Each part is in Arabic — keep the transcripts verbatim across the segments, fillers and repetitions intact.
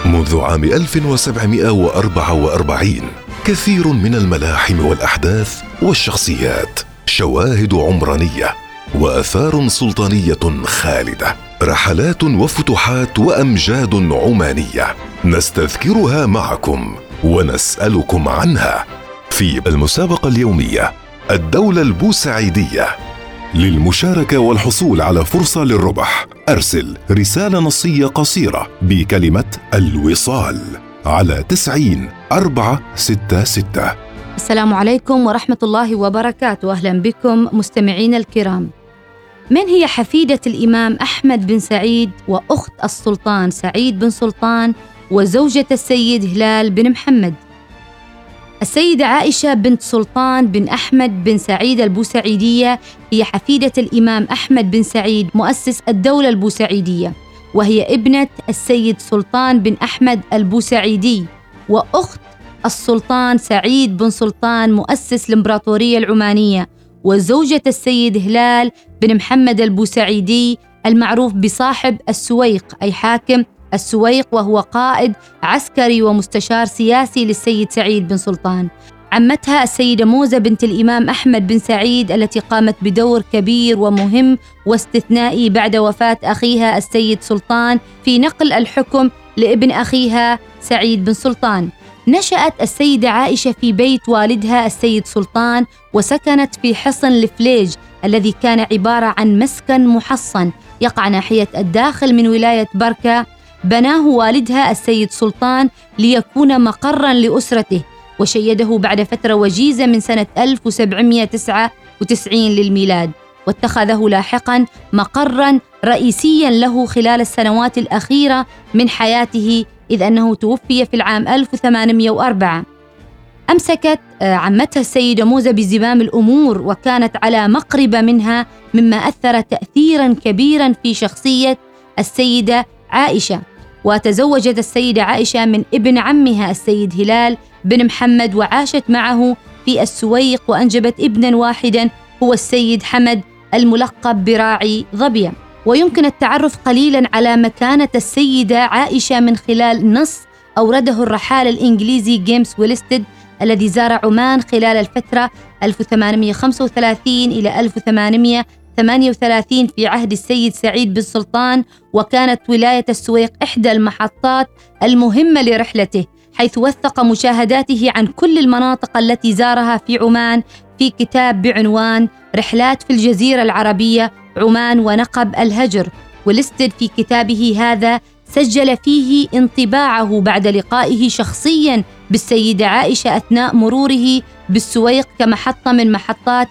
منذ عام ألف وسبعمائة وأربعة وأربعين كثير من الملاحم والأحداث والشخصيات، شواهد عمرانية وآثار سلطانية خالدة، رحلات وفتوحات وأمجاد عمانية نستذكرها معكم ونسألكم عنها في المسابقة اليومية الدولة البوسعيدية. للمشاركة والحصول على فرصة للربح أرسل رسالة نصية قصيرة بكلمة الوصال على تسعين أربعة ستة ستة. السلام عليكم ورحمة الله وبركاته. أهلا بكم مستمعين الكرام. من هي حفيدة الإمام أحمد بن سعيد وأخت السلطان سعيد بن سلطان وزوجة السيد هلال بن محمد؟ السيدة عائشة بنت سلطان بن أحمد بن سعيد البوسعيدية هي حفيدة الإمام أحمد بن سعيد مؤسس الدولة البوسعيدية، وهي ابنة السيد سلطان بن أحمد البوسعيدي وأخت السلطان سعيد بن سلطان مؤسس الإمبراطورية العمانية، وزوجة السيد هلال بن محمد البوسعيدي المعروف بصاحب السويق أي حاكم السويق، وهو قائد عسكري ومستشار سياسي للسيد سعيد بن سلطان. عمتها السيدة موزة بنت الإمام أحمد بن سعيد التي قامت بدور كبير ومهم واستثنائي بعد وفاة أخيها السيد سلطان في نقل الحكم لابن أخيها سعيد بن سلطان. نشأت السيدة عائشة في بيت والدها السيد سلطان، وسكنت في حصن الفليج الذي كان عبارة عن مسكن محصن يقع ناحية الداخل من ولاية بركة، بناه والدها السيد سلطان ليكون مقراً لأسرته، وشيده بعد فترة وجيزة من سنة ألف وسبعمائة وتسعة وتسعين للميلاد، واتخذه لاحقاً مقراً رئيسياً له خلال السنوات الأخيرة من حياته، إذ أنه توفي في العام ألف وثمانمائة وأربعة. أمسكت عمتها السيدة موزة بزمام الأمور، وكانت على مقربة منها، مما أثر تأثيراً كبيراً في شخصية السيدة عائشة. وتزوجت السيدة عائشة من ابن عمها السيد هلال بن محمد، وعاشت معه في السويق، وأنجبت ابنا واحدا هو السيد حمد الملقب براعي ظبية. ويمكن التعرف قليلا على مكانة السيدة عائشة من خلال نص أورده الرحالة الإنجليزي جيمس ويلستد الذي زار عمان خلال الفترة ألف وثمانمائة وخمسة وثلاثين إلى ألف وثمانمائة وثمانية وثلاثين في عهد السيد سعيد بن سلطان، وكانت ولاية السويق إحدى المحطات المهمة لرحلته، حيث وثق مشاهداته عن كل المناطق التي زارها في عمان في كتاب بعنوان رحلات في الجزيرة العربية عمان ونقب الهجر. ولستد في كتابه هذا سجل فيه انطباعه بعد لقائه شخصياً بالسيدة عائشة أثناء مروره بالسويق كمحطة من محطات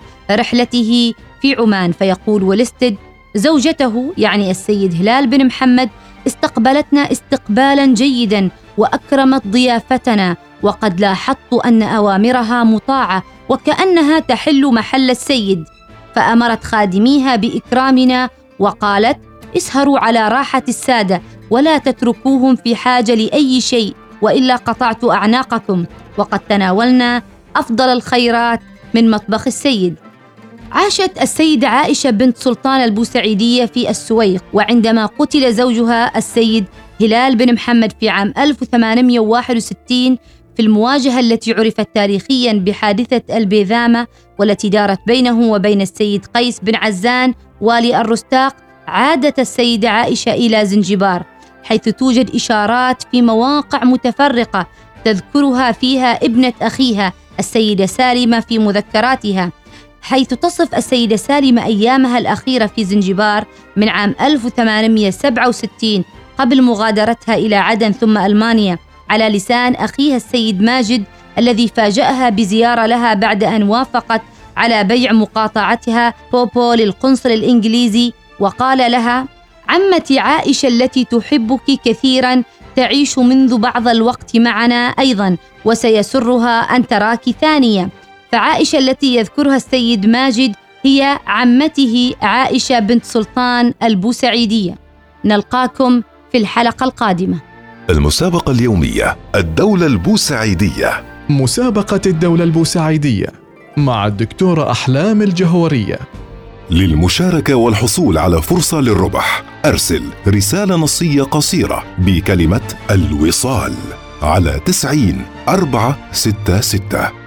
رحلته في عمان. فيقول ولستد: زوجته يعني السيد هلال بن محمد استقبلتنا استقبالا جيدا وأكرمت ضيافتنا، وقد لاحظت أن أوامرها مطاعة وكأنها تحل محل السيد، فأمرت خادميها بإكرامنا وقالت: اسهروا على راحة السادة ولا تتركوهم في حاجة لأي شيء، وإلا قطعت أعناقكم، وقد تناولنا أفضل الخيرات من مطبخ السيد. عاشت السيدة عائشة بنت سلطان البوسعيدية في السويق، وعندما قتل زوجها السيد هلال بن محمد في عام ألف وثمانمائة وواحد وستين في المواجهة التي عرفت تاريخياً بحادثة البيذامة والتي دارت بينه وبين السيد قيس بن عزان والي الرستاق، عادت السيدة عائشة إلى زنجبار، حيث توجد إشارات في مواقع متفرقة تذكرها فيها ابنة أخيها السيدة سالمة في مذكراتها، حيث تصف السيدة سالمة أيامها الأخيرة في زنجبار من عام ألف وثمانمائة وسبعة وستين قبل مغادرتها إلى عدن ثم ألمانيا، على لسان أخيها السيد ماجد الذي فاجأها بزيارة لها بعد أن وافقت على بيع مقاطعتها بوبو للقنصل الإنجليزي، وقال لها: عمتي عائشة التي تحبك كثيرا تعيش منذ بعض الوقت معنا أيضا، وسيسرها أن تراك ثانية. فعائشة التي يذكرها السيد ماجد هي عمته عائشة بنت سلطان البوسعيدية. نلقاكم في الحلقة القادمة. المسابقة اليومية الدولة البوسعيدية. مسابقة الدولة البوسعيدية مع الدكتورة أحلام الجهورية. للمشاركة والحصول على فرصة للربح أرسل رسالة نصية قصيرة بكلمة الوصال على تسعين أربعة ستة ستة.